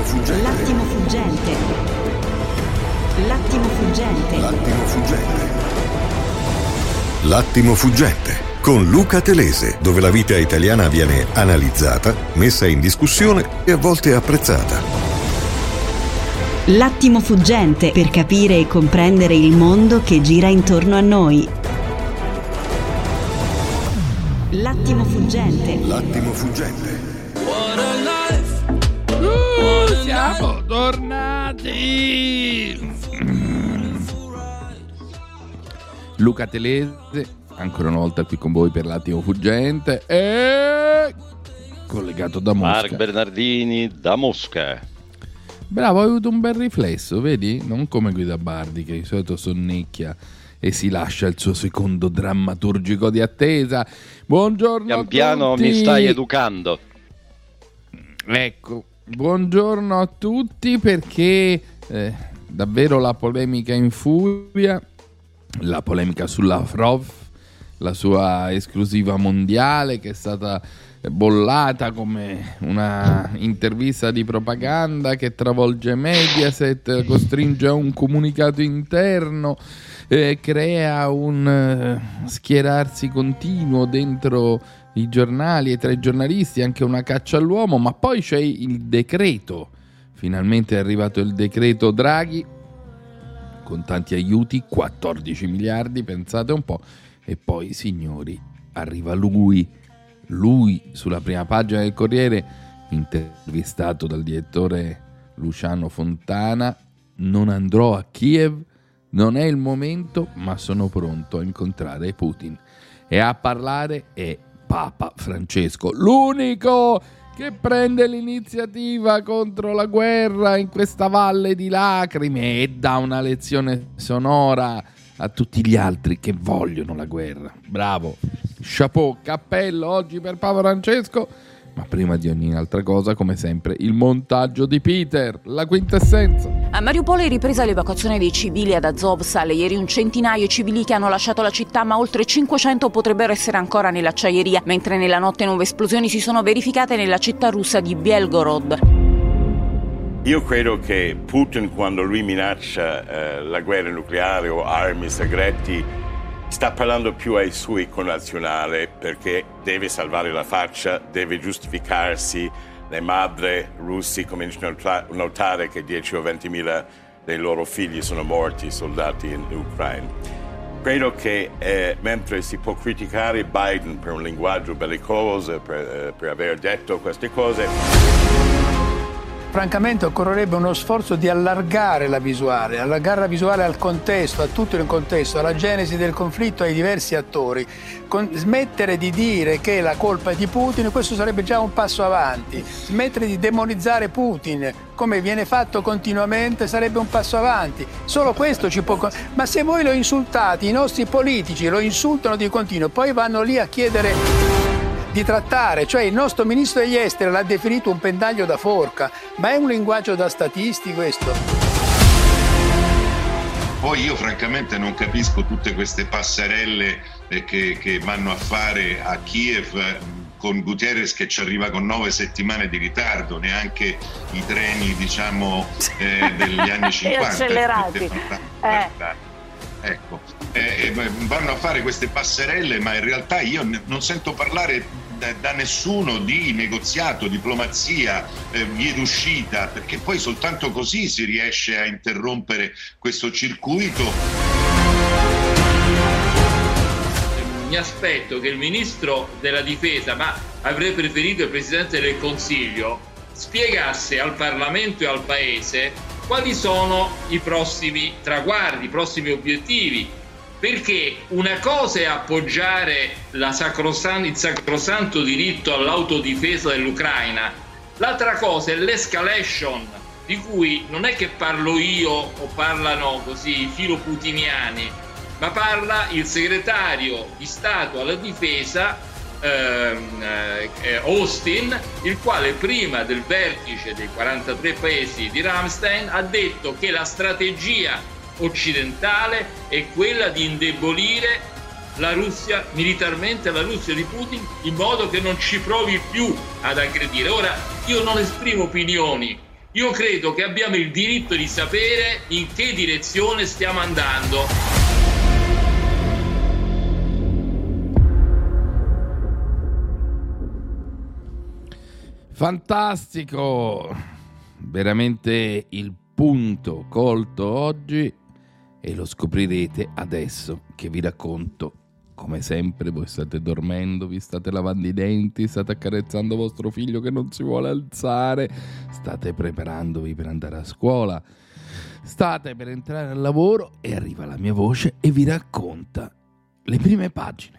L'attimo fuggente. L'attimo fuggente. L'attimo fuggente. L'attimo fuggente. L'attimo fuggente con Luca Telese, dove la vita italiana viene analizzata, messa in discussione e a volte apprezzata. L'attimo fuggente, per capire e comprendere il mondo che gira intorno a noi. L'attimo fuggente. L'attimo fuggente. Siamo tornati. Luca Telese, ancora una volta qui con voi per l'attimo fuggente e collegato da Mosca. Marc Bernardini da Mosca. Bravo, hai avuto un bel riflesso, vedi? Non come Guida Bardi che di solito sonnecchia e si lascia il suo secondo drammaturgico di attesa. Buongiorno Pian a piano tutti. mi stai educando. Ecco, buongiorno a tutti perché davvero la polemica infuria, la polemica sulla Lavrov, la sua esclusiva mondiale che è stata bollata come una intervista di propaganda che travolge Mediaset, costringe a un comunicato interno, crea un schierarsi continuo dentro i giornali e tra i giornalisti, anche una caccia all'uomo, ma poi c'è il decreto. Finalmente è arrivato il decreto Draghi con tanti aiuti, 14 miliardi, pensate un po', e poi signori arriva lui sulla prima pagina del Corriere, intervistato dal direttore Luciano Fontana: non andrò a Kiev, non è il momento, ma sono pronto a incontrare Putin. E a parlare è Papa Francesco, l'unico che prende l'iniziativa contro la guerra in questa valle di lacrime e dà una lezione sonora a tutti gli altri che vogliono la guerra. Bravo, chapeau, cappello oggi per Papa Francesco. Ma prima di ogni altra cosa, come sempre, il montaggio di Peter, la quintessenza. A Mariupol è ripresa l'evacuazione dei civili ad Azovstal. Ieri un centinaio di civili che hanno lasciato la città, ma oltre 500 potrebbero essere ancora nell'acciaieria, mentre nella notte nuove esplosioni si sono verificate nella città russa di Belgorod. Io credo che Putin, quando lui minaccia la guerra nucleare o armi segreti, sta parlando più ai suoi connazionali perché deve salvare la faccia, deve giustificarsi. Le madri russi cominciano a notare che 10 o 20 mila dei loro figli sono morti, soldati in Ucraina. Credo che mentre si può criticare Biden per un linguaggio bellicoso, per aver detto queste cose, francamente occorrerebbe uno sforzo di allargare la visuale al contesto, a tutto il contesto, alla genesi del conflitto, ai diversi attori. Smettere di dire che la colpa è di Putin, questo sarebbe già un passo avanti. Smettere di demonizzare Putin, come viene fatto continuamente, sarebbe un passo avanti. Solo questo ci può... Ma se voi lo insultate, i nostri politici lo insultano di continuo, poi vanno lì a chiedere di trattare, cioè il nostro ministro degli esteri l'ha definito un pendaglio da forca, ma è un linguaggio da statisti questo? Poi io francamente non capisco tutte queste passerelle che vanno a fare a Kiev con Guterres che ci arriva con 9 settimane di ritardo, neanche i treni diciamo degli anni 50. Accelerati. Ecco, vanno a fare queste passerelle, ma in realtà io non sento parlare da nessuno di negoziato, diplomazia, vie d'uscita, perché poi soltanto così si riesce a interrompere questo circuito. Mi aspetto che il ministro della difesa, ma avrei preferito il presidente del Consiglio, spiegasse al Parlamento e al Paese quali sono i prossimi traguardi, i prossimi obiettivi, perché una cosa è appoggiare il sacrosanto diritto all'autodifesa dell'Ucraina, l'altra cosa è l'escalation, di cui non è che parlo io o parlano così i filoputiniani, ma parla il segretario di Stato alla difesa Austin, il quale prima del vertice dei 43 paesi di Ramstein ha detto che la strategia occidentale è quella di indebolire la Russia militarmente, la Russia di Putin, in modo che non ci provi più ad aggredire. Ora, io non esprimo opinioni, Io credo che abbiamo il diritto di sapere in che direzione stiamo andando. Fantastico! Veramente il punto colto oggi, e lo scoprirete adesso che vi racconto. Come sempre voi state dormendo, vi state lavando i denti, state accarezzando vostro figlio che non si vuole alzare, state preparandovi per andare a scuola, state per entrare al lavoro e arriva la mia voce e vi racconta le prime pagine.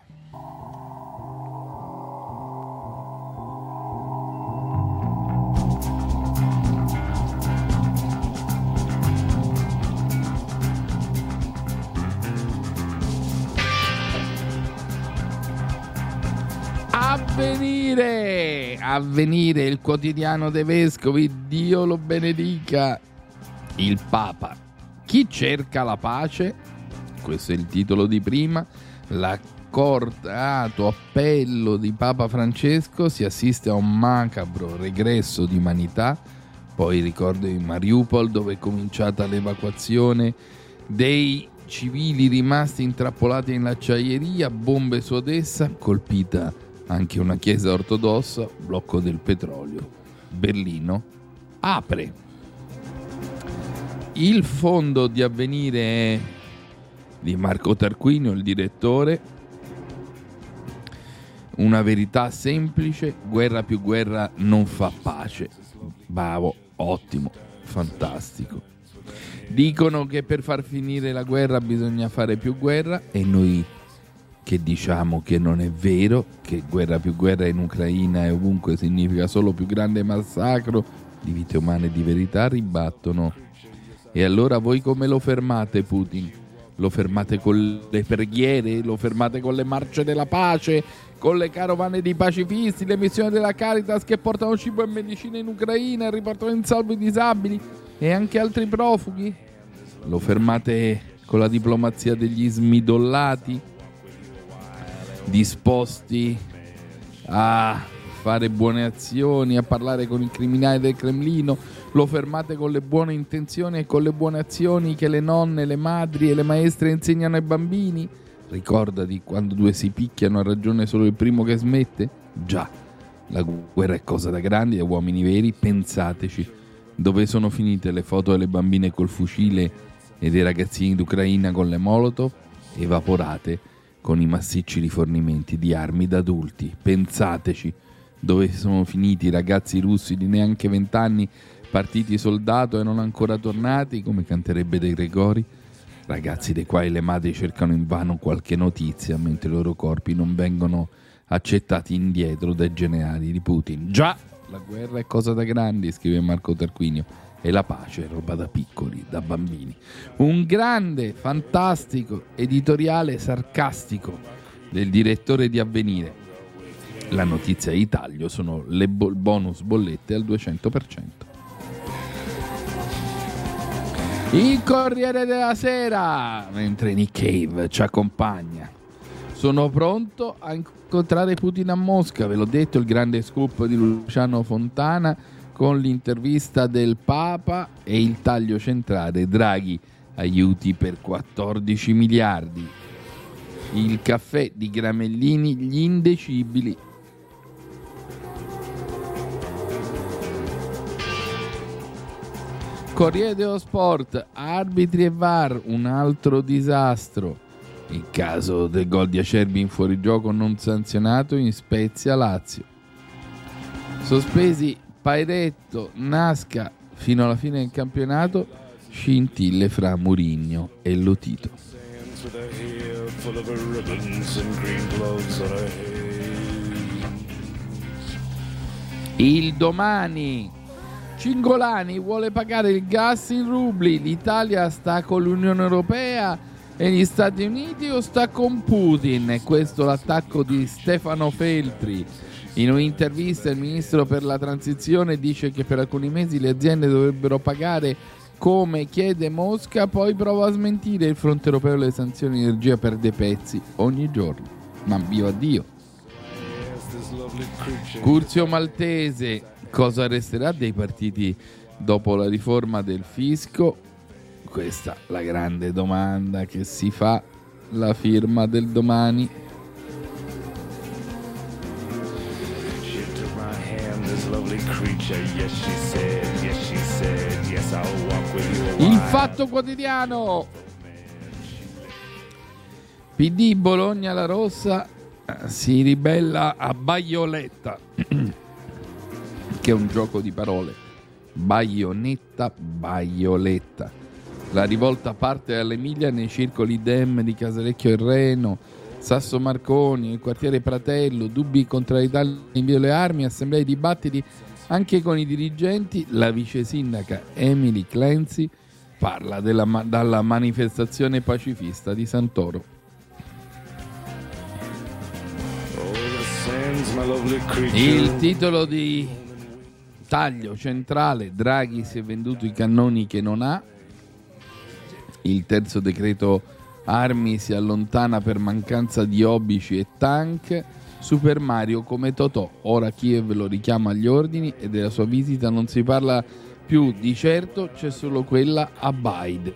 Avvenire, il quotidiano dei vescovi, Dio lo benedica. Il Papa. Chi cerca la pace? Questo è il titolo di prima. L'accordato appello di Papa Francesco, si assiste a un macabro regresso di umanità. Poi ricordo di Mariupol, dove è cominciata l'evacuazione dei civili rimasti intrappolati nell'acciaieria, bombe su Odessa, colpita anche una chiesa ortodossa, blocco del petrolio. Berlino apre. Il fondo di Avvenire è di Marco Tarquinio, il direttore. Una verità semplice: guerra più guerra non fa pace. Bravo, ottimo, fantastico. Dicono che per far finire la guerra bisogna fare più guerra, e noi che diciamo che non è vero, che guerra più guerra in Ucraina e ovunque significa solo più grande massacro di vite umane e di verità, ribattono. E allora voi come lo fermate Putin? Lo fermate con le preghiere? Lo fermate con le marce della pace? Con le carovane di pacifisti? Le missioni della Caritas che portano cibo e medicine in Ucraina e riportano in salvo i disabili e anche altri profughi? Lo fermate con la diplomazia degli smidollati, disposti a fare buone azioni, a parlare con i criminali del Cremlino? Lo fermate con le buone intenzioni e con le buone azioni che le nonne, le madri e le maestre insegnano ai bambini? Ricordati, quando due si picchiano ha ragione solo il primo che smette? Già, la guerra è cosa da grandi, da uomini veri. Pensateci, dove sono finite le foto delle bambine col fucile e dei ragazzini d'Ucraina con le molotov? Evaporate con i massicci rifornimenti di armi da adulti. Pensateci, dove sono finiti i ragazzi russi di neanche 20 anni, partiti soldato e non ancora tornati, come canterebbe De Gregori? Ragazzi dei quali le madri cercano invano qualche notizia, mentre i loro corpi non vengono accettati indietro dai generali di Putin. Già, la guerra è cosa da grandi, scrive Marco Tarquinio, e la pace è roba da piccoli, da bambini. Un grande, fantastico editoriale sarcastico del direttore di Avvenire. La notizia di taglio sono le bonus bollette al 200%. Il Corriere della Sera, mentre Nick Cave ci accompagna. Sono pronto a incontrare Putin a Mosca, ve l'ho detto, il grande scoop di Luciano Fontana con l'intervista del Papa e il taglio centrale: Draghi, aiuti per 14 miliardi. Il caffè di Gramellini, gli indecibili. Corriere dello Sport, arbitri e VAR, un altro disastro. Il caso del gol di Acerbi in fuorigioco non sanzionato in Spezia Lazio. Sospesi Pairetto, Nasca fino alla fine del campionato, scintille fra Mourinho e Lotito. Il Domani, Cingolani vuole pagare il gas in rubli, l'Italia sta con l'Unione Europea e gli Stati Uniti o sta con Putin? E questo l'attacco di Stefano Feltri. In un'intervista il ministro per la transizione dice che per alcuni mesi le aziende dovrebbero pagare come chiede Mosca, poi prova a smentire. Il fronte europeo le sanzioni energia perde pezzi ogni giorno. Ma viva Dio! Curzio Maltese, cosa resterà dei partiti dopo la riforma del fisco? Questa la grande domanda che si fa la firma del Domani. Il Fatto Quotidiano. PD Bologna La Rossa si ribella a Baioletta, che è un gioco di parole. Baionetta, Baioletta. La rivolta parte all'Emilia nei circoli Dem di Casalecchio e Reno, Sasso Marconi, il quartiere Pratello, dubbi contrarietà all'invio delle armi, assemblee e dibattiti anche con i dirigenti. La vice sindaca Emily Clancy parla dalla manifestazione pacifista di Santoro. Il titolo di taglio centrale: Draghi si è venduto i cannoni che non ha. Il terzo decreto armi si allontana per mancanza di obici e tank. Super Mario come Totò, ora Kiev lo richiama agli ordini e della sua visita non si parla più. Di certo c'è solo quella a Biden.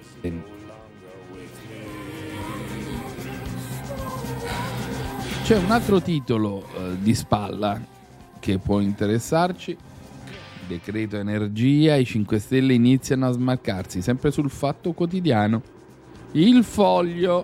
C'è un altro titolo di spalla che può interessarci. Decreto energia, i 5 Stelle iniziano a smarcarsi, sempre sul Fatto Quotidiano. Il Foglio.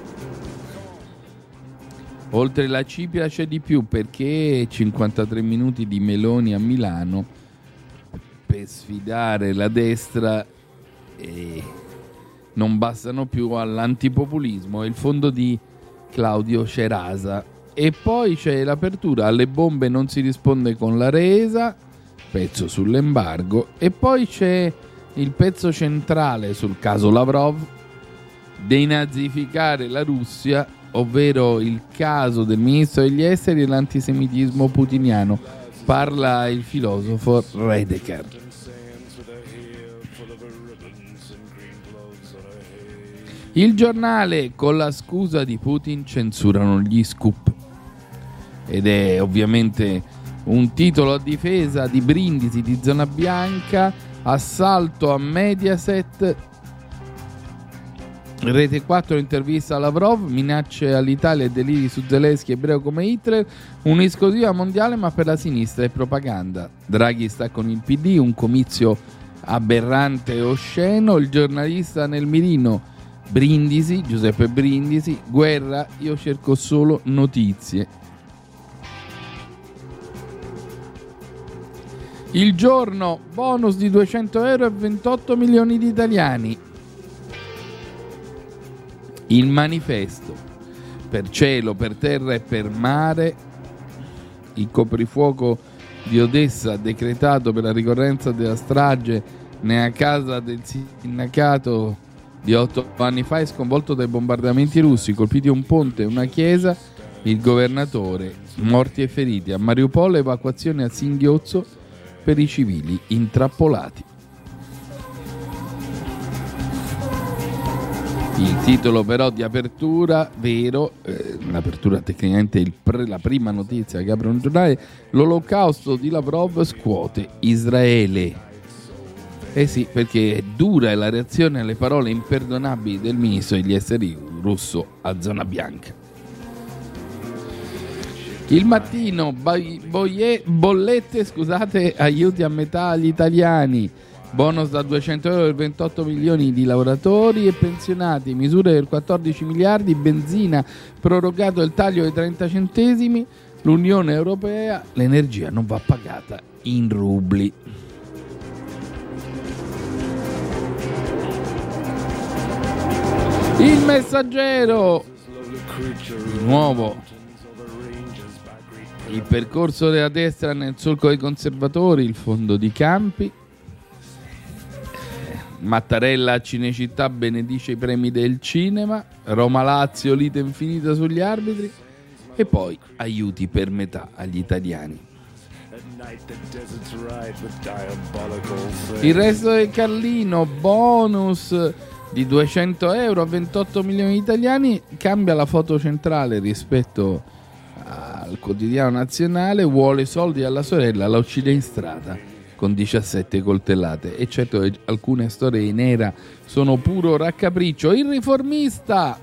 Oltre la cipria c'è di più, perché 53 minuti di Meloni a Milano per sfidare la destra e non bastano più all'antipopulismo. È il fondo di Claudio Cerasa. E poi c'è l'apertura: alle bombe non si risponde con la resa, pezzo sull'embargo. E poi c'è il pezzo centrale sul caso Lavrov: denazificare la Russia, ovvero il caso del ministro degli esteri e l'antisemitismo putiniano. Parla il filosofo Redeker. Il Giornale: con la scusa di Putin censurano gli scoop. Ed è ovviamente un titolo a difesa di Brindisi, di Zona Bianca, assalto a Mediaset. Rete 4 intervista a Lavrov, minacce all'Italia e deliri su Zelensky, ebreo come Hitler, un'esclusiva mondiale ma per la sinistra è propaganda. Draghi sta con il PD, un comizio aberrante e osceno. Il giornalista nel mirino: Brindisi, Giuseppe Brindisi, guerra, io cerco solo notizie. Il Giorno: bonus di 200 euro e 28 milioni di italiani. Il Manifesto: per cielo, per terra e per mare. Il coprifuoco di Odessa decretato per la ricorrenza della strage nella casa del sindacato di 8 anni fa è sconvolto dai bombardamenti russi, colpiti un ponte e una chiesa. Il governatore: morti e feriti. A Mariupol evacuazione a singhiozzo per i civili intrappolati. Il titolo però di apertura vero, l'apertura tecnicamente la prima notizia che apre un giornale: l'olocausto di Lavrov scuote Israele. Eh sì, perché dura è la reazione alle parole imperdonabili del ministro degli esteri russo a Zona Bianca. Il Mattino: bollette, aiuti a metà agli italiani. Bonus da 200 euro per 28 milioni di lavoratori e pensionati, misure per 14 miliardi, benzina, prorogato il taglio ai 30 centesimi, l'Unione Europea, l'energia non va pagata in rubli. Il Messaggero: di nuovo il percorso della destra nel solco dei conservatori, il fondo di Campi. Mattarella a Cinecittà benedice i premi del cinema. Roma-Lazio, lite infinita sugli arbitri. E poi aiuti per metà agli italiani. Il Resto del Carlino: bonus di 200 euro a 28 milioni di italiani. Cambia la foto centrale rispetto al Quotidiano Nazionale. Vuole soldi alla sorella, la uccide in strada con 17 coltellate. E certo che alcune storie in nera sono puro raccapriccio. Il Riformista,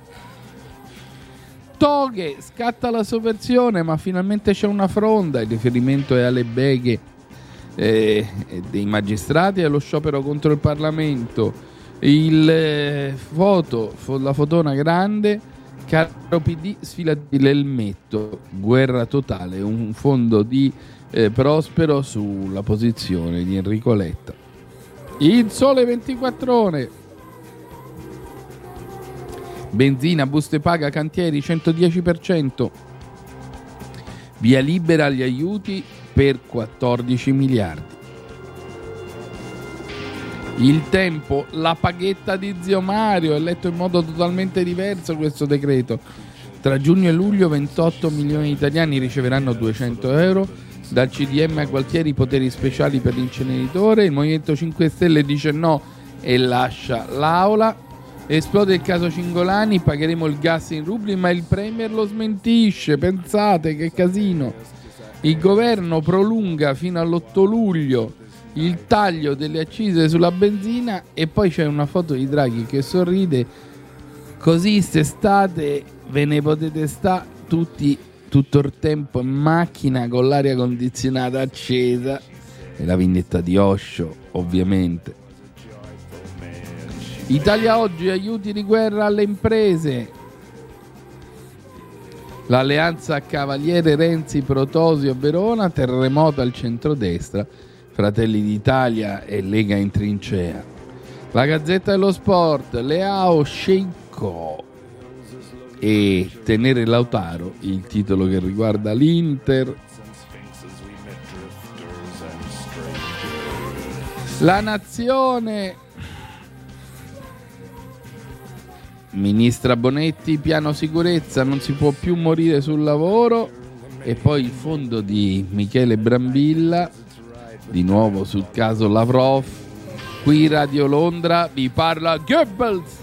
toghe, scatta la sovversione, ma finalmente c'è una fronda. Il riferimento è alle beghe dei magistrati e allo sciopero contro il Parlamento. La fotona grande, caro PD, sfilati l'elmetto, guerra totale, un fondo di Prospero sulla posizione di Enrico Letta. Il Sole 24 Ore, benzina, buste paga, cantieri 110%, via libera agli aiuti per 14 miliardi. Il Tempo, la paghetta di zio Mario, è letto in modo totalmente diverso questo decreto. Tra giugno e luglio 28 milioni di italiani riceveranno 200 euro, dal CDM a Gualtieri poteri speciali per l'inceneritore. Il Movimento 5 Stelle dice no e lascia l'aula. Esplode il caso Cingolani, pagheremo il gas in rubli, ma il Premier lo smentisce, pensate che casino. Il governo prolunga fino all'8 luglio il taglio delle accise sulla benzina e poi c'è una foto di Draghi che sorride. Così st'estate ve ne potete stare tutti tutto il tempo in macchina con l'aria condizionata accesa. E la vignetta di Osho, ovviamente. Italia Oggi, aiuti di guerra alle imprese. L'alleanza Cavaliere Renzi Protosio a Verona, terremoto al centrodestra, Fratelli d'Italia e Lega in trincea. La Gazzetta dello Sport, Leao Sceicco e tenere Lautaro, il titolo che riguarda l'Inter. La Nazione, Ministra Bonetti, piano sicurezza, non si può più morire sul lavoro. E poi il fondo di Michele Brambilla, di nuovo sul caso Lavrov. Qui Radio Londra vi parla Goebbels.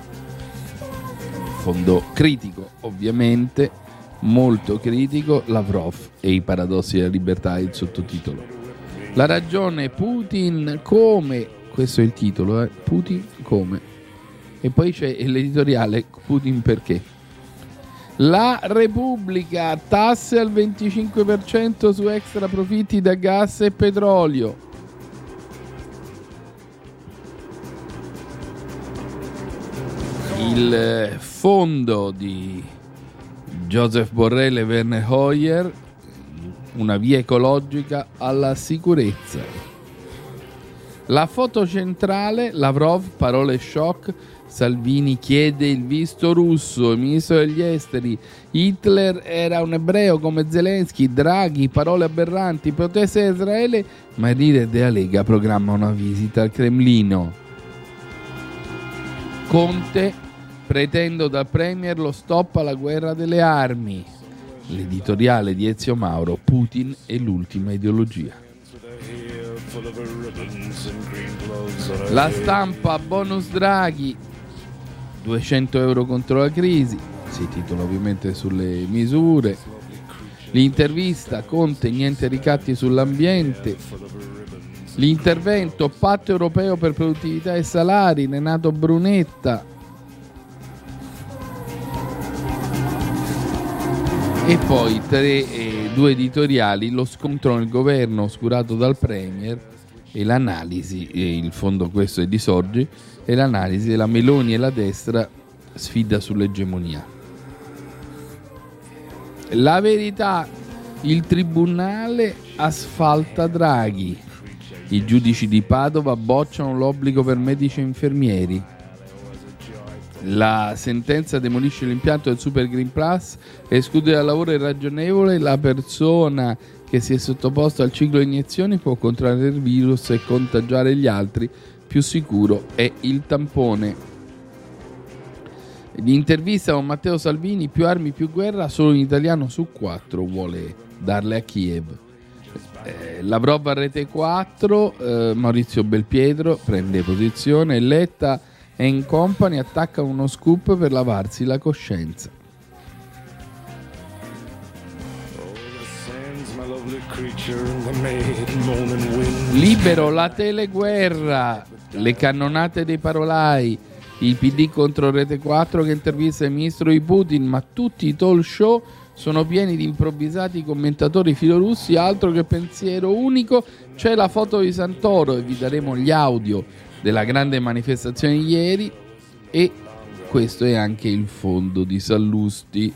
Fondo critico, ovviamente, molto critico, Lavrov e i paradossi della libertà, il sottotitolo. La Ragione, Putin come, questo è il titolo, Putin come. E poi c'è l'editoriale, Putin perché. La Repubblica, tasse al 25% su extra profitti da gas e petrolio. Il fondo di Joseph Borrell e Werner Hoyer, una via ecologica alla sicurezza. La foto centrale, Lavrov, parole shock, Salvini chiede il visto russo, il ministro degli esteri, Hitler era un ebreo come Zelensky, Draghi, parole aberranti, proteste da Israele, ma il leader della Lega programma una visita al Cremlino. Conte, pretendo dal Premier lo stop alla guerra delle armi. L'editoriale di Ezio Mauro, Putin e l'ultima ideologia. La Stampa, bonus Draghi, 200 euro contro la crisi, si titola ovviamente sulle misure. L'intervista, Conte, niente ricatti sull'ambiente. L'intervento, patto europeo per produttività e salari, Renato Brunetta. E poi due editoriali, lo scontro nel governo oscurato dal Premier e l'analisi, e il fondo questo è di Soggi, e l'analisi della Meloni e la destra, sfida sull'egemonia. La Verità, il tribunale asfalta Draghi, i giudici di Padova bocciano l'obbligo per medici e infermieri. La sentenza demolisce l'impianto del Super Green Plus, esclude dal lavoro irragionevole, la persona che si è sottoposta al ciclo di iniezioni può contrarre il virus e contagiare gli altri, più sicuro è il tampone. L'intervista con Matteo Salvini, più armi più guerra, solo un italiano su 4 vuole darle a Kiev. Lavrov a Rete 4, Maurizio Belpietro prende posizione, Letta e Company attacca uno scoop per lavarsi la coscienza. Libero, la teleguerra, le cannonate dei parolai, il PD contro Rete 4 che intervista il ministro di Putin, ma tutti i talk show sono pieni di improvvisati commentatori filorussi, altro che pensiero unico. C'è la foto di Santoro e vi daremo gli audio della grande manifestazione di ieri, e questo è anche il fondo di Sallusti.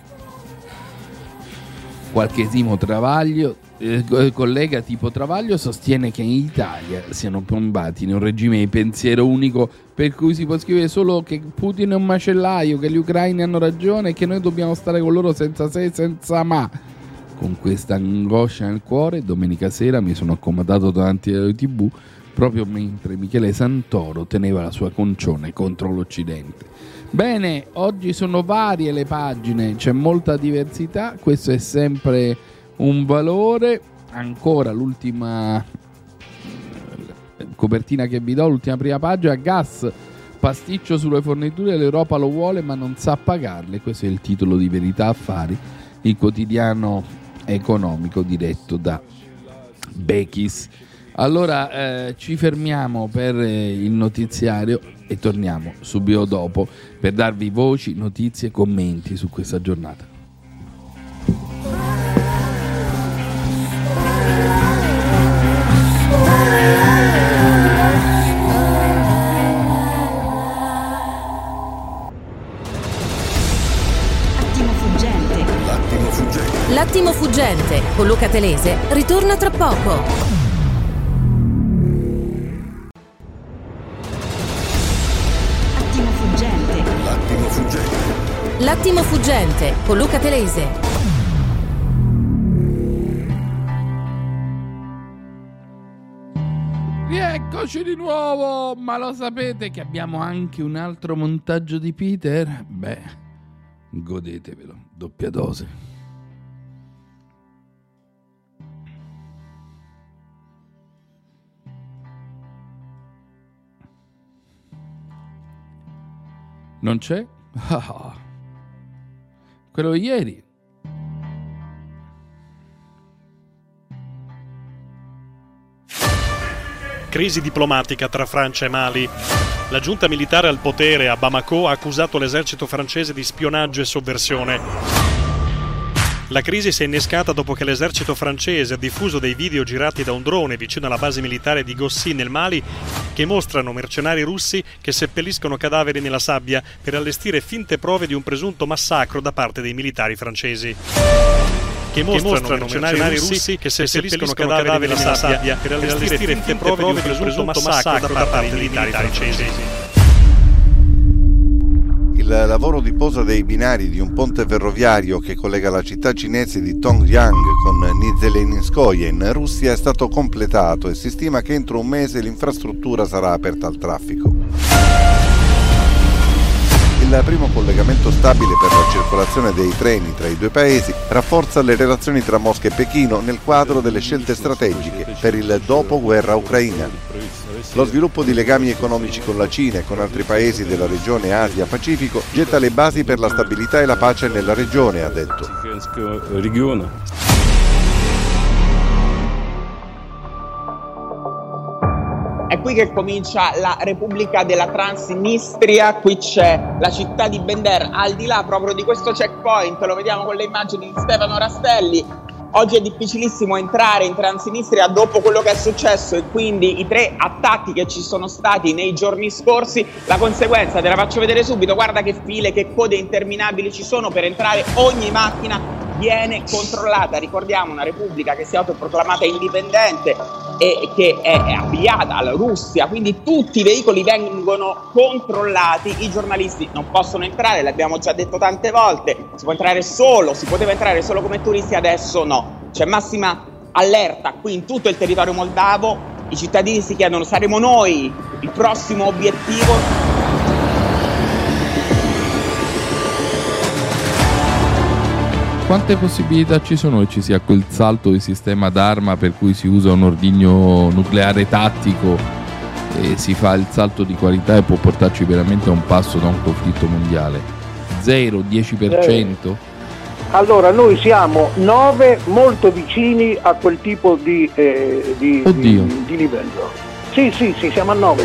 Qualche esimo Travaglio, collega tipo Travaglio sostiene che in Italia siano piombati in un regime di pensiero unico per cui si può scrivere solo che Putin è un macellaio, che gli ucraini hanno ragione e che noi dobbiamo stare con loro senza se e senza ma. Con questa angoscia nel cuore, domenica sera mi sono accomodato davanti alla TV proprio mentre Michele Santoro teneva la sua concione contro l'Occidente. Bene, oggi sono varie le pagine, c'è molta diversità, questo è sempre un valore. Ancora l'ultima copertina che vi do, l'ultima prima pagina: gas, pasticcio sulle forniture, l'Europa lo vuole ma non sa pagarle. Questo è il titolo di Verità Affari, il quotidiano economico diretto da Bechis. Allora ci fermiamo per il notiziario e torniamo subito dopo per darvi voci, notizie e commenti su questa giornata. L'attimo fuggente con Luca Telese ritorna tra poco. L'attimo fuggente con Luca Telese. Rieccoci di nuovo, ma lo sapete che abbiamo anche un altro montaggio di Peter? Beh, godetevelo, doppia dose. Non c'è? Quello di ieri. Crisi diplomatica tra Francia e Mali. La giunta militare al potere a Bamako ha accusato l'esercito francese di spionaggio e sovversione. La crisi si è innescata dopo che l'esercito francese ha diffuso dei video girati da un drone vicino alla base militare di Gossi nel Mali che mostrano mercenari russi che seppelliscono cadaveri nella sabbia per allestire finte prove di un presunto massacro da parte dei militari francesi. Che mostrano mercenari russi che seppelliscono cadaveri nella sabbia per allestire finte prove di un presunto massacro da parte dei militari francesi. Il lavoro di posa dei binari di un ponte ferroviario che collega la città cinese di Tongyang con Nizhnelinskoye in Russia è stato completato e si stima che entro un mese l'infrastruttura sarà aperta al traffico. Il primo collegamento stabile per la circolazione dei treni tra i due paesi rafforza le relazioni tra Mosca e Pechino nel quadro delle scelte strategiche per il dopoguerra ucraina. Lo sviluppo di legami economici con la Cina e con altri paesi della regione Asia-Pacifico getta le basi per la stabilità e la pace nella regione, ha detto. È qui che comincia la Repubblica della Transnistria, qui c'è la città di Bender, al di là proprio di questo checkpoint, lo vediamo con le immagini di Stefano Rastelli. Oggi è difficilissimo entrare in Transnistria dopo quello che è successo e quindi i 3 attacchi che ci sono stati nei giorni scorsi. La conseguenza te la faccio vedere subito, guarda che file, che code interminabili ci sono per entrare, ogni macchina viene controllata. Ricordiamo una repubblica che si è autoproclamata indipendente e che è affiliata alla Russia, quindi tutti i veicoli vengono controllati, i giornalisti non possono entrare, l'abbiamo già detto tante volte, si poteva entrare solo come turisti, adesso no, c'è massima allerta qui in tutto il territorio moldavo, i cittadini si chiedono: saremo noi il prossimo obiettivo? Quante possibilità ci sono che ci sia quel salto di sistema d'arma per cui si usa un ordigno nucleare tattico e si fa il salto di qualità e può portarci veramente a un passo da un conflitto mondiale? 0, 10%? Allora, noi siamo 9 molto vicini a quel tipo di livello. Sì, siamo a 9.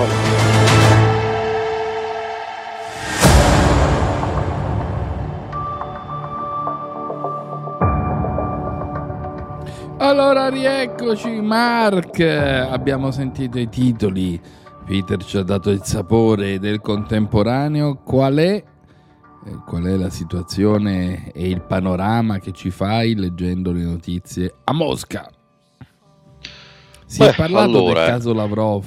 Allora, rieccoci, Mark. Abbiamo sentito i titoli. Peter ci ha dato il sapore del contemporaneo. Qual è la situazione e il panorama che ci fai leggendo le notizie a Mosca? Si è parlato del caso Lavrov.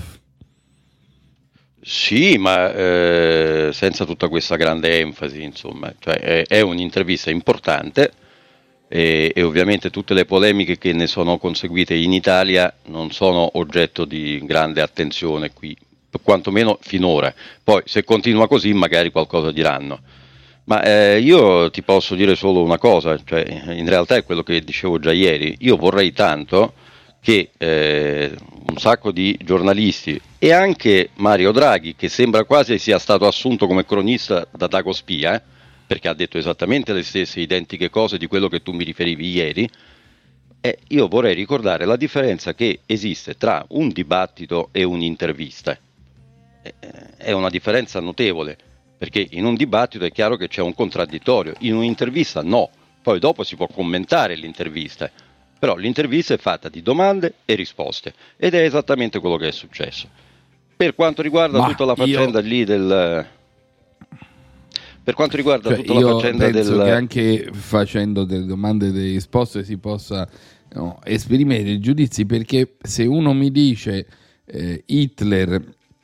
Sì, ma senza tutta questa grande enfasi, insomma. Cioè, è un'intervista importante e ovviamente tutte le polemiche che ne sono conseguite in Italia non sono oggetto di grande attenzione qui, quantomeno finora. Poi se continua così magari qualcosa diranno. Ma io ti posso dire solo una cosa, cioè in realtà è quello che dicevo già ieri. Io vorrei tanto che un sacco di giornalisti e anche Mario Draghi, che sembra quasi sia stato assunto come cronista da Dago Spia, perché ha detto esattamente le stesse identiche cose di quello che tu mi riferivi ieri, io vorrei ricordare la differenza che esiste tra un dibattito e un'intervista. È una differenza notevole, perché in un dibattito è chiaro che c'è un contraddittorio, in un'intervista no, poi dopo si può commentare l'intervista, però l'intervista è fatta di domande e risposte ed è esattamente quello che è successo. Per quanto riguarda tutta la faccenda lì del... Per quanto riguarda tutta la faccenda penso che anche facendo delle domande e delle risposte si possa esprimere i giudizi, perché se uno mi dice Hitler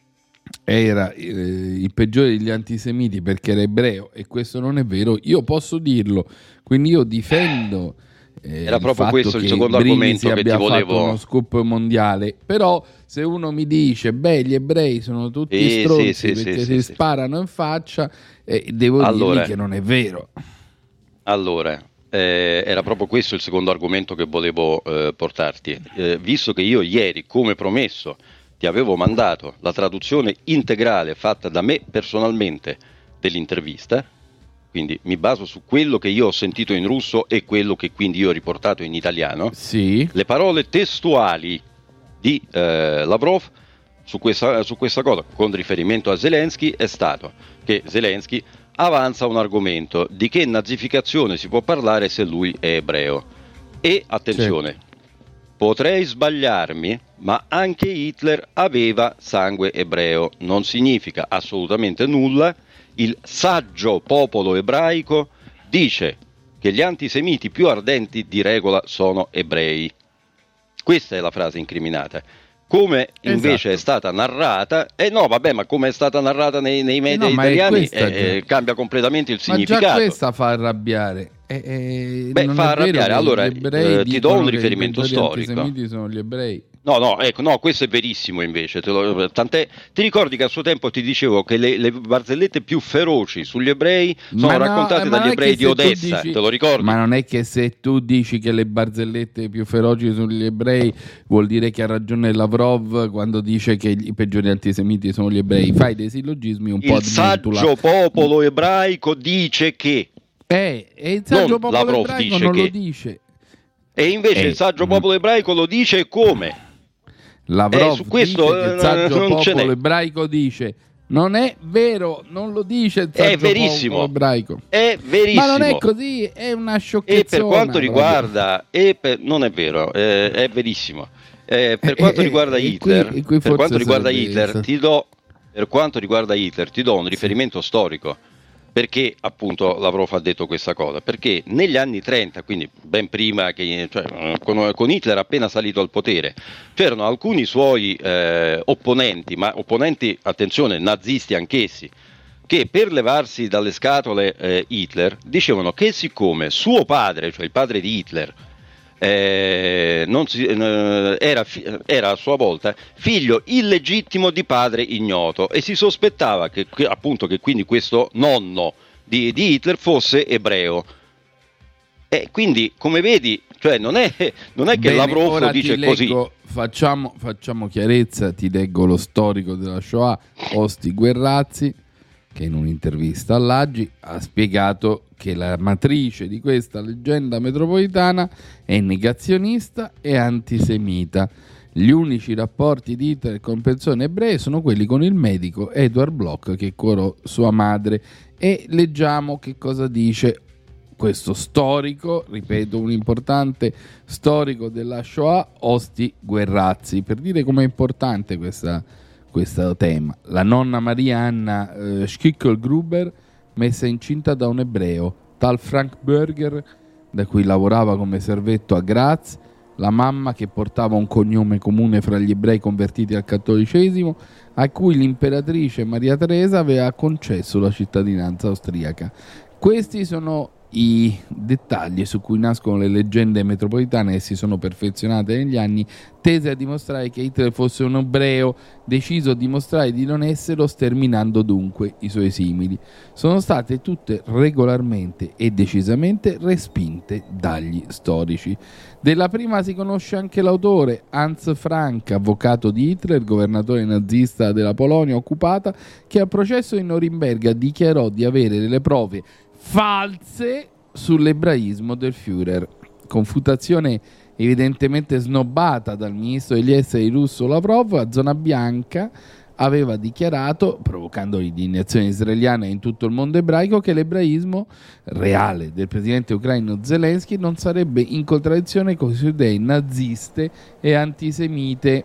era il peggiore degli antisemiti perché era ebreo e questo non è vero, io posso dirlo, quindi io difendo era proprio questo il secondo argomento che ti volevo. Fatto uno scoop mondiale, però se uno mi dice gli ebrei sono tutti stronzi perché si sparano in faccia, devo dirgli che non è vero. Allora, era proprio questo il secondo argomento che volevo portarti, visto che io ieri, come promesso, ti avevo mandato la traduzione integrale fatta da me personalmente dell'intervista, quindi mi baso su quello che io ho sentito in russo e quello che quindi io ho riportato in italiano. Sì. Le parole testuali di Lavrov su questa cosa, con riferimento a Zelensky, è stato che Zelensky avanza un argomento di che nazificazione si può parlare se lui è ebreo. E attenzione, potrei sbagliarmi, ma anche Hitler aveva sangue ebreo. Non significa assolutamente nulla. Il saggio popolo ebraico dice che gli antisemiti più ardenti di regola sono ebrei. Questa è la frase incriminata. Come invece è stata narrata, ma come è stata narrata nei media italiani, cambia completamente il significato. Ma già questa fa arrabbiare. Fa arrabbiare. Allora, ti do un riferimento storico. Gli antisemiti sono gli ebrei. No, questo è verissimo invece. Tant'è, ti ricordi che a suo tempo ti dicevo che le barzellette più feroci sugli ebrei sono raccontate dagli ebrei di Odessa, te lo ricordi? Ma non è che se tu dici che le barzellette più feroci sugli ebrei vuol dire che ha ragione Lavrov quando dice che i peggiori antisemiti sono gli ebrei. Fai dei sillogismi un po' Il saggio popolo ebraico dice che... e il saggio popolo Lavrov ebraico dice non che... lo dice. E invece il saggio popolo ebraico lo dice come? Lavrov su questo dice che il saggio popolo ebraico dice non è vero, non lo dice il saggio popolo ebraico. È verissimo. Ma non è così, è una sciocchezza. E per quanto riguarda non è vero, è verissimo. Per quanto riguarda Hitler, ti do un riferimento storico. Perché appunto Lavrov ha detto questa cosa? Perché negli anni 30, quindi ben prima che con Hitler appena salito al potere, c'erano alcuni suoi opponenti, ma opponenti, attenzione, nazisti anch'essi, che per levarsi dalle scatole Hitler dicevano che siccome suo padre, cioè il padre di Hitler, era a sua volta figlio illegittimo di padre ignoto e si sospettava che quindi questo nonno di Hitler fosse ebreo. E quindi, come vedi, cioè non è che Lavrov dice così. Facciamo chiarezza, ti leggo lo storico della Shoah, Osti Guerrazzi. che in un'intervista all'Aggi ha spiegato che la matrice di questa leggenda metropolitana è negazionista e antisemita. Gli unici rapporti di Hitler con persone ebree sono quelli con il medico Edward Bloch che curò sua madre. E leggiamo che cosa dice questo storico, ripeto, un importante storico della Shoah, Osti Guerrazzi, per dire com'è importante questo tema. La nonna Maria Anna Schickel-Gruber, messa incinta da un ebreo, tal Frank Berger, da cui lavorava come servetto a Graz, la mamma che portava un cognome comune fra gli ebrei convertiti al cattolicesimo, a cui l'imperatrice Maria Teresa aveva concesso la cittadinanza austriaca. Questi sono i dettagli su cui nascono le leggende metropolitane e si sono perfezionate negli anni, tese a dimostrare che Hitler fosse un ebreo, deciso a dimostrare di non esserlo, sterminando dunque i suoi simili. Sono state tutte regolarmente e decisamente respinte dagli storici. Della prima si conosce anche l'autore, Hans Frank, avvocato di Hitler, governatore nazista della Polonia occupata, che al processo di Norimberga dichiarò di avere delle prove false sull'ebraismo del Führer. Confutazione evidentemente snobbata dal ministro degli esteri russo Lavrov, a Zona Bianca aveva dichiarato, provocando l'indignazione israeliana in tutto il mondo ebraico, che l'ebraismo reale del presidente ucraino Zelensky non sarebbe in contraddizione con le sue idee naziste e antisemite,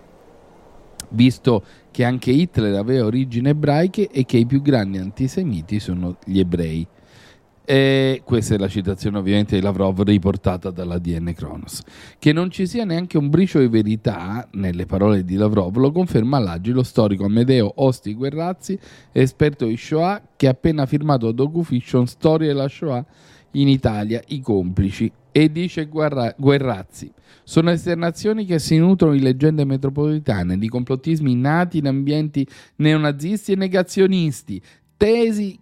visto che anche Hitler aveva origini ebraiche e che i più grandi antisemiti sono gli ebrei. E questa è la citazione ovviamente di Lavrov riportata dall'ADN Kronos. Che non ci sia neanche un briciolo di verità nelle parole di Lavrov lo conferma all'Aggi lo storico Amedeo Osti Guerrazzi, esperto di Shoah, che ha appena firmato docu-fiction Storia della Shoah in Italia, i complici. E dice Guerrazzi: sono esternazioni che si nutrono di leggende metropolitane, di complottismi nati in ambienti neonazisti e negazionisti, tesi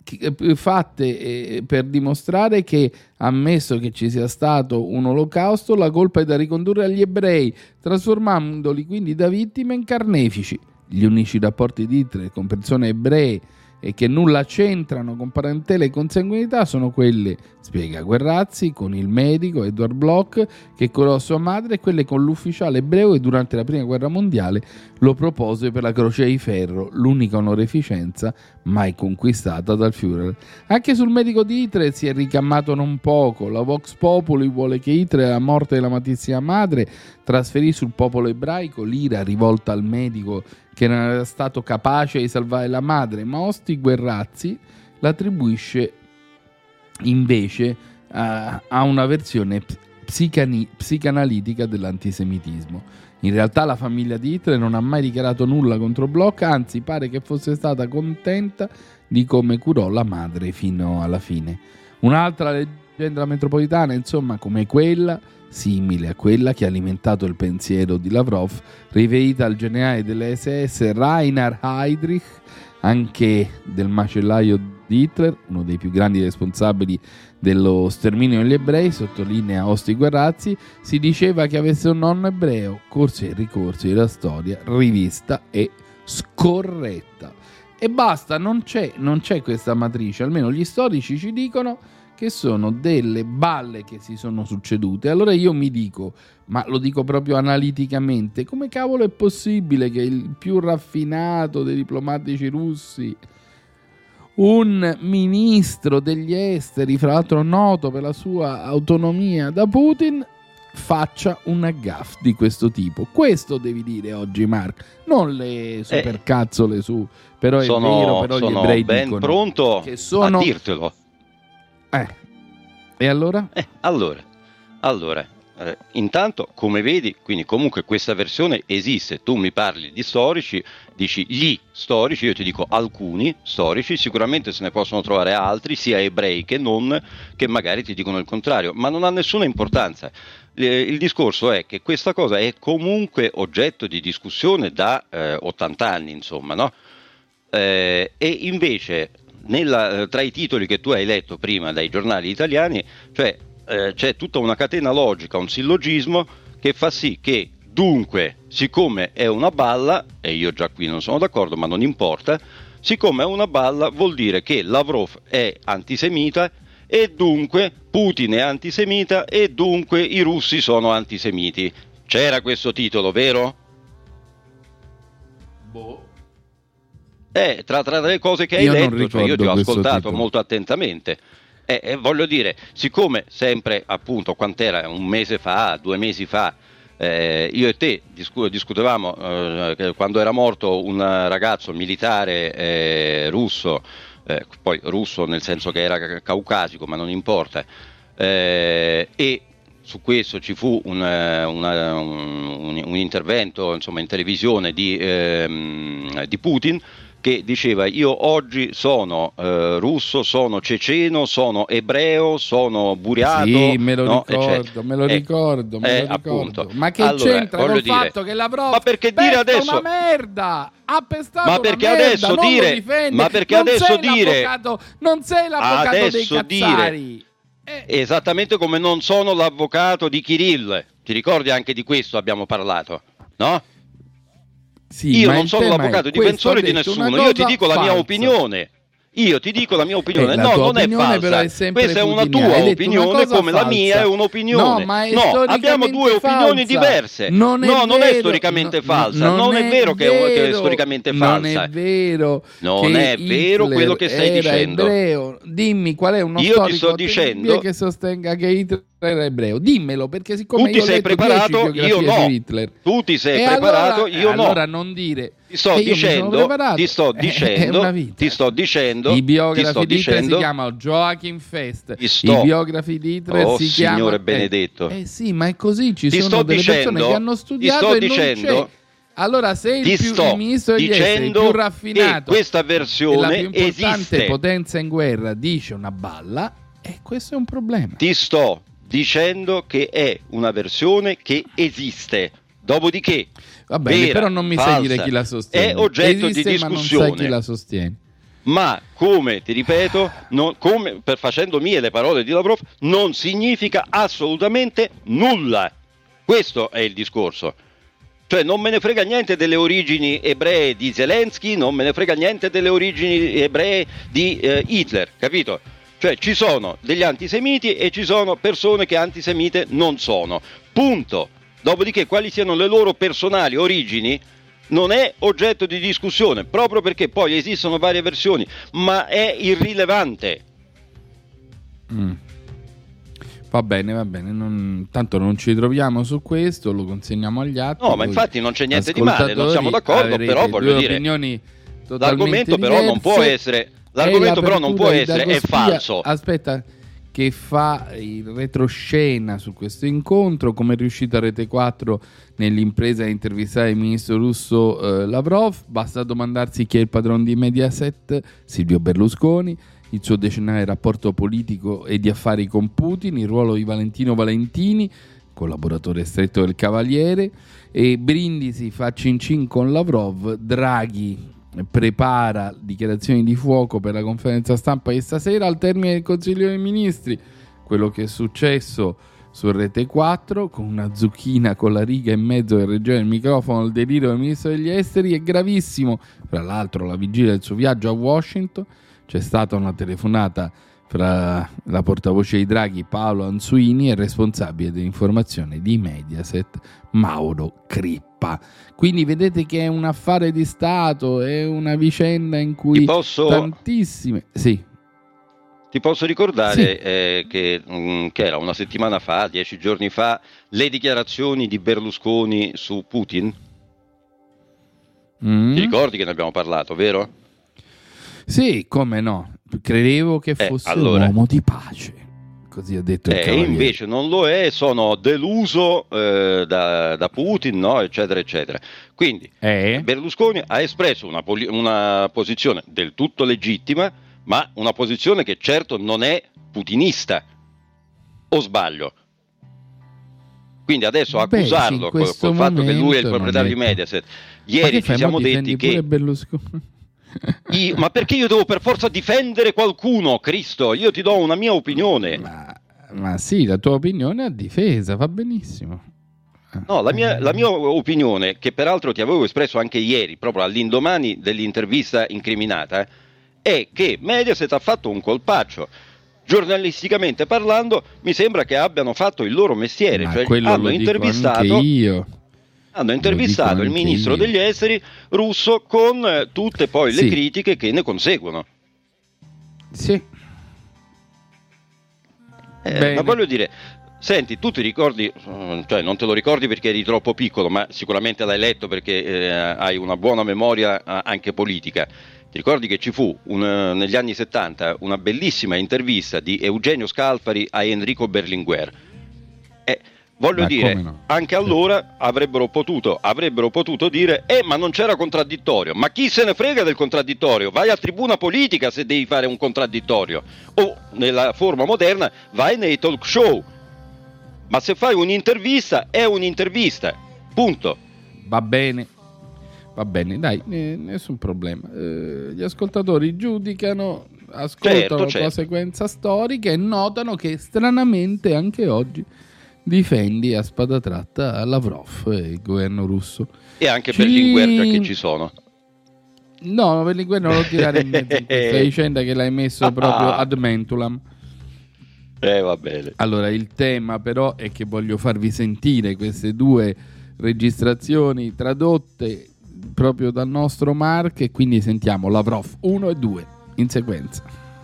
fatte per dimostrare che, ammesso che ci sia stato un olocausto, la colpa è da ricondurre agli ebrei, trasformandoli quindi da vittime in carnefici. Gli unici rapporti di Hitler con persone ebree e che nulla c'entrano con parentela e consanguinità sono quelle, spiega Guerrazzi, con il medico Edward Bloch che curò sua madre, e quelle con l'ufficiale ebreo che durante la prima guerra mondiale lo propose per la Croce di Ferro, l'unica onoreficenza mai conquistata dal Führer. Anche sul medico di Hitler si è ricamato non poco. La Vox Populi vuole che Hitler, alla morte della amatissima madre, trasferì sul popolo ebraico l'ira rivolta al medico che non era stato capace di salvare la madre, ma Osti Guerrazzi l'attribuisce invece a una versione psicanalitica dell'antisemitismo. In realtà la famiglia di Hitler non ha mai dichiarato nulla contro Bloch, anzi pare che fosse stata contenta di come curò la madre fino alla fine. Un'altra leggenda metropolitana, insomma, come quella, simile a quella che ha alimentato il pensiero di Lavrov, riferita al generale delle SS Reinhard Heydrich, anche del macellaio di Hitler, uno dei più grandi responsabili dello sterminio degli ebrei, sottolinea Osti Guerrazzi. Si diceva che avesse un nonno ebreo, corsi e ricorsi della storia rivista e scorretta. E basta, non c'è questa matrice, almeno gli storici ci dicono che sono delle balle che si sono succedute. Allora io mi dico, ma lo dico proprio analiticamente, come cavolo è possibile che il più raffinato dei diplomatici russi, un ministro degli esteri, fra l'altro noto per la sua autonomia da Putin, faccia una gaffe di questo tipo? Questo devi dire oggi, Mark, non le supercazzole su, però è vero, però gli ebrei ben dicono pronto che sono... a dirtelo. E allora? Allora, intanto, come vedi, quindi comunque questa versione esiste. Tu mi parli di storici, dici gli storici, io ti dico alcuni storici, sicuramente se ne possono trovare altri, sia ebrei che non, che magari ti dicono il contrario, ma non ha nessuna importanza. Il discorso è che questa cosa è comunque oggetto di discussione da 80 anni, insomma, no? E invece tra i titoli che tu hai letto prima dai giornali italiani, cioè c'è tutta una catena logica, un sillogismo che fa sì che dunque, siccome è una balla, e io già qui non sono d'accordo, ma non importa, siccome è una balla vuol dire che Lavrov è antisemita e dunque Putin è antisemita e dunque i russi sono antisemiti. C'era questo titolo, vero? Tra le cose che hai detto, cioè io ti ho ascoltato molto attentamente. Voglio dire, siccome sempre, appunto, quant'era, un mese fa, 2 mesi fa, io e te discutevamo quando era morto un ragazzo militare russo, poi russo nel senso che era caucasico, ma non importa, e su questo ci fu un intervento, insomma, in televisione di Putin, che diceva: io oggi sono russo, sono ceceno, sono ebreo, sono buriato. Sì, me lo ricordo. Appunto. Ma che c'entra col fatto che Lavrov ma perché dire adesso una merda? Ha pestato ma perché una merda, adesso non dire lo difende. ma perché non adesso sei dire non sei l'avvocato dei cazzari. Esattamente come non sono l'avvocato di Kirill. Ti ricordi, anche di questo abbiamo parlato, no? Sì, io non sono l'avvocato difensore di nessuno, io ti dico la mia opinione. Io ti dico la mia opinione, no, non è falsa. Questa è una tua opinione, come la mia è un'opinione. No, ma è abbiamo due opinioni diverse. Non è storicamente falsa. Non è vero che è storicamente falsa. Non è vero. Non è vero quello che stai dicendo. Ebreo. Dimmi qual è uno storico che sostenga che Hitler era ebreo. Dimmelo, perché siccome tu ti sei preparato, io no. Tu ti sei preparato, io no. Allora non dire. Ti sto dicendo, i biografi di Hitler si chiamano Joachim Fest. I biografi di Hitler si chiamano Signore benedetto. Sì, ma è così, ci sono delle persone che hanno studiato e non c'è. Allora, se il ministro degli esteri più raffinato questa versione la più importante esiste. Potenza in guerra dice una balla, e questo è un problema. Ti sto dicendo che è una versione che esiste. Dopodiché, va bene, però non mi sai dire chi la sostiene. È oggetto esiste, di discussione. Ma non sai chi la sostiene. Ma come ti ripeto, facendo mie le parole di Lavrov, non significa assolutamente nulla. Questo è il discorso. Cioè, non me ne frega niente delle origini ebree di Zelensky, non me ne frega niente delle origini ebree di Hitler, capito? Cioè, ci sono degli antisemiti e ci sono persone che antisemite non sono. Punto. Dopodiché, quali siano le loro personali origini non è oggetto di discussione, proprio perché poi esistono varie versioni, ma è irrilevante. Va bene, tanto non ci troviamo su questo, lo consegniamo agli atti. No, ma infatti non c'è niente di male, non siamo d'accordo, però voglio dire, l'argomento però non può essere, è falso. Aspetta, che fa il retroscena su questo incontro, come è riuscito a Rete 4 nell'impresa a intervistare il ministro russo Lavrov. Basta domandarsi chi è il padrone di Mediaset, Silvio Berlusconi, il suo decennale rapporto politico e di affari con Putin, il ruolo di Valentino Valentini, collaboratore stretto del Cavaliere, e Brindisi fa cin cin con Lavrov. Draghi prepara dichiarazioni di fuoco per la conferenza stampa di stasera al termine del Consiglio dei Ministri. Quello che è successo su Rete 4, con una zucchina con la riga in mezzo che reggeva il microfono, il delirio del ministro degli esteri, è gravissimo. Fra l'altro, la vigilia del suo viaggio a Washington c'è stata una telefonata fra la portavoce di Draghi, Paolo Anzuini, e il responsabile dell'informazione di Mediaset, Mauro Crippa. Quindi vedete che è un affare di Stato, è una vicenda in cui tantissime... Sì. Ti posso ricordare che era una settimana fa, 10 giorni fa, le dichiarazioni di Berlusconi su Putin? Ti ricordi che ne abbiamo parlato, vero? Sì, come no. Credevo che fosse un uomo di pace, così ha detto il Cavaliere. Invece non lo è, sono deluso da Putin, no? Eccetera eccetera. Quindi Berlusconi ha espresso una posizione del tutto legittima, ma una posizione che certo non è putinista, o sbaglio? Quindi adesso accusarlo col fatto che lui è il proprietario di Mediaset. Ieri ci siamo detti che Berlusconi. Ma perché io devo per forza difendere qualcuno, Cristo? Io ti do una mia opinione. Ma sì, la tua opinione a difesa, va benissimo. No, la mia opinione, che peraltro ti avevo espresso anche ieri, proprio all'indomani dell'intervista incriminata, è che Mediaset ha fatto un colpaccio. Giornalisticamente parlando, mi sembra che abbiano fatto il loro mestiere, cioè hanno intervistato il ministro degli esteri russo con tutte poi le critiche che ne conseguono. Sì. Ma voglio dire, senti, tu ti ricordi, cioè non te lo ricordi perché eri troppo piccolo, ma sicuramente l'hai letto perché hai una buona memoria anche politica. Ti ricordi che ci fu negli anni 70 una bellissima intervista di Eugenio Scalfari a Enrico Berlinguer? Voglio dire, no? Anche allora avrebbero potuto dire ma non c'era contraddittorio. Ma chi se ne frega del contraddittorio? Vai a tribuna politica se devi fare un contraddittorio, o nella forma moderna vai nei talk show. Ma se fai un'intervista è un'intervista, punto. Va bene, dai, nessun problema. Gli ascoltatori giudicano, ascoltano la sequenza storica e notano che stranamente anche oggi difendi a spada tratta Lavrov e il governo russo. E anche Berlinguer, già che ci sono. No, Berlinguer non lo tirare in mezzo in questa vicenda che l'hai messo proprio ad mentulam. Va bene. Allora, il tema però è che voglio farvi sentire queste due registrazioni tradotte proprio dal nostro Mark, e quindi sentiamo Lavrov 1 e 2 in sequenza.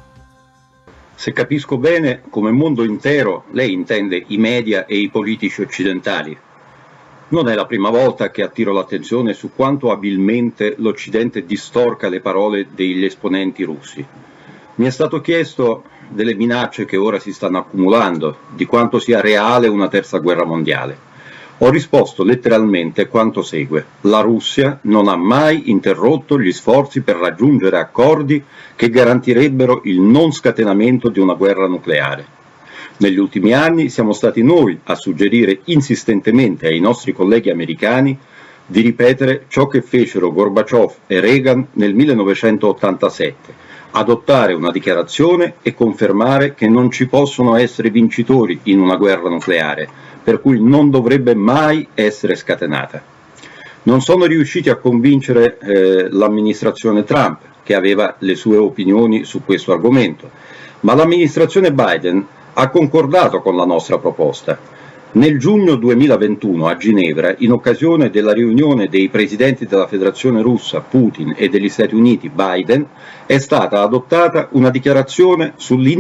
Se capisco bene, come mondo intero, lei intende i media e i politici occidentali. Non è la prima volta che attiro l'attenzione su quanto abilmente l'Occidente distorca le parole degli esponenti russi. Mi è stato chiesto delle minacce che ora si stanno accumulando, di quanto sia reale una terza guerra mondiale. Ho risposto letteralmente quanto segue: la Russia non ha mai interrotto gli sforzi per raggiungere accordi che garantirebbero il non scatenamento di una guerra nucleare. Negli ultimi anni siamo stati noi a suggerire insistentemente ai nostri colleghi americani di ripetere ciò che fecero Gorbaciov e Reagan nel 1987, adottare una dichiarazione e confermare che non ci possono essere vincitori in una guerra nucleare, per cui non dovrebbe mai essere scatenata. Non sono riusciti a convincere l'amministrazione Trump, che aveva le sue opinioni su questo argomento, ma l'amministrazione Biden ha concordato con la nostra proposta. Nel giugno 2021 a Ginevra, in occasione della riunione dei presidenti della Federazione Russa, Putin, e degli Stati Uniti, Biden, è stata adottata una dichiarazione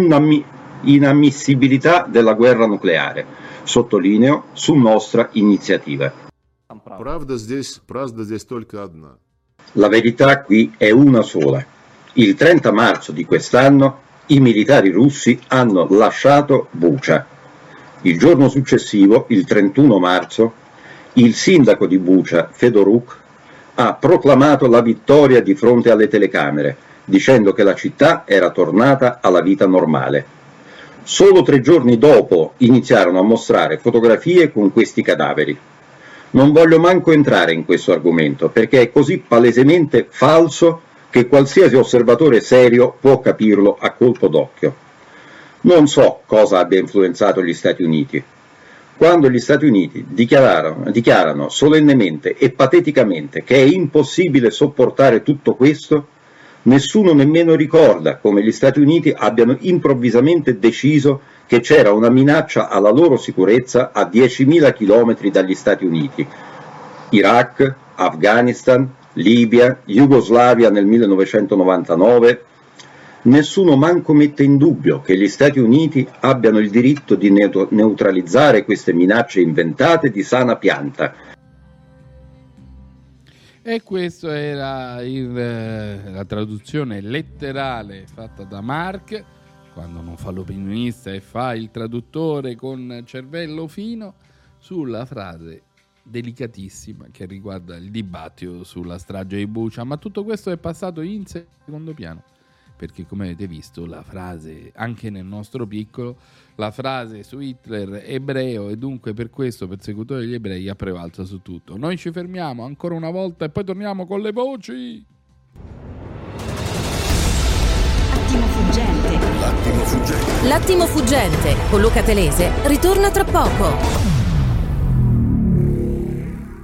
sull'inammissibilità della guerra nucleare, sottolineo, su nostra iniziativa. La verità qui è una sola. Il 30 marzo di quest'anno i militari russi hanno lasciato Bucha. Il giorno successivo, il 31 marzo, il sindaco di Bucha, Fedoruk, ha proclamato la vittoria di fronte alle telecamere, dicendo che la città era tornata alla vita normale. Solo 3 giorni dopo iniziarono a mostrare fotografie con questi cadaveri. Non voglio manco entrare in questo argomento, perché è così palesemente falso che qualsiasi osservatore serio può capirlo a colpo d'occhio. Non so cosa abbia influenzato gli Stati Uniti. Quando gli Stati Uniti dichiarano solennemente e pateticamente che è impossibile sopportare tutto questo, nessuno nemmeno ricorda come gli Stati Uniti abbiano improvvisamente deciso che c'era una minaccia alla loro sicurezza a 10.000 chilometri dagli Stati Uniti. Iraq, Afghanistan, Libia, Jugoslavia nel 1999. Nessuno manco mette in dubbio che gli Stati Uniti abbiano il diritto di neutralizzare queste minacce inventate di sana pianta. E questa era la traduzione letterale fatta da Mark, quando non fa l'opinionista e fa il traduttore con cervello fino, sulla frase delicatissima che riguarda il dibattito sulla strage di Bucha. Ma tutto questo è passato in secondo piano, perché come avete visto la frase, anche nel nostro piccolo, la frase su Hitler ebreo e dunque per questo persecutore degli ebrei ha prevalso su tutto. Noi ci fermiamo ancora una volta e poi torniamo con le voci. L'attimo fuggente con Luca Telese ritorna tra poco.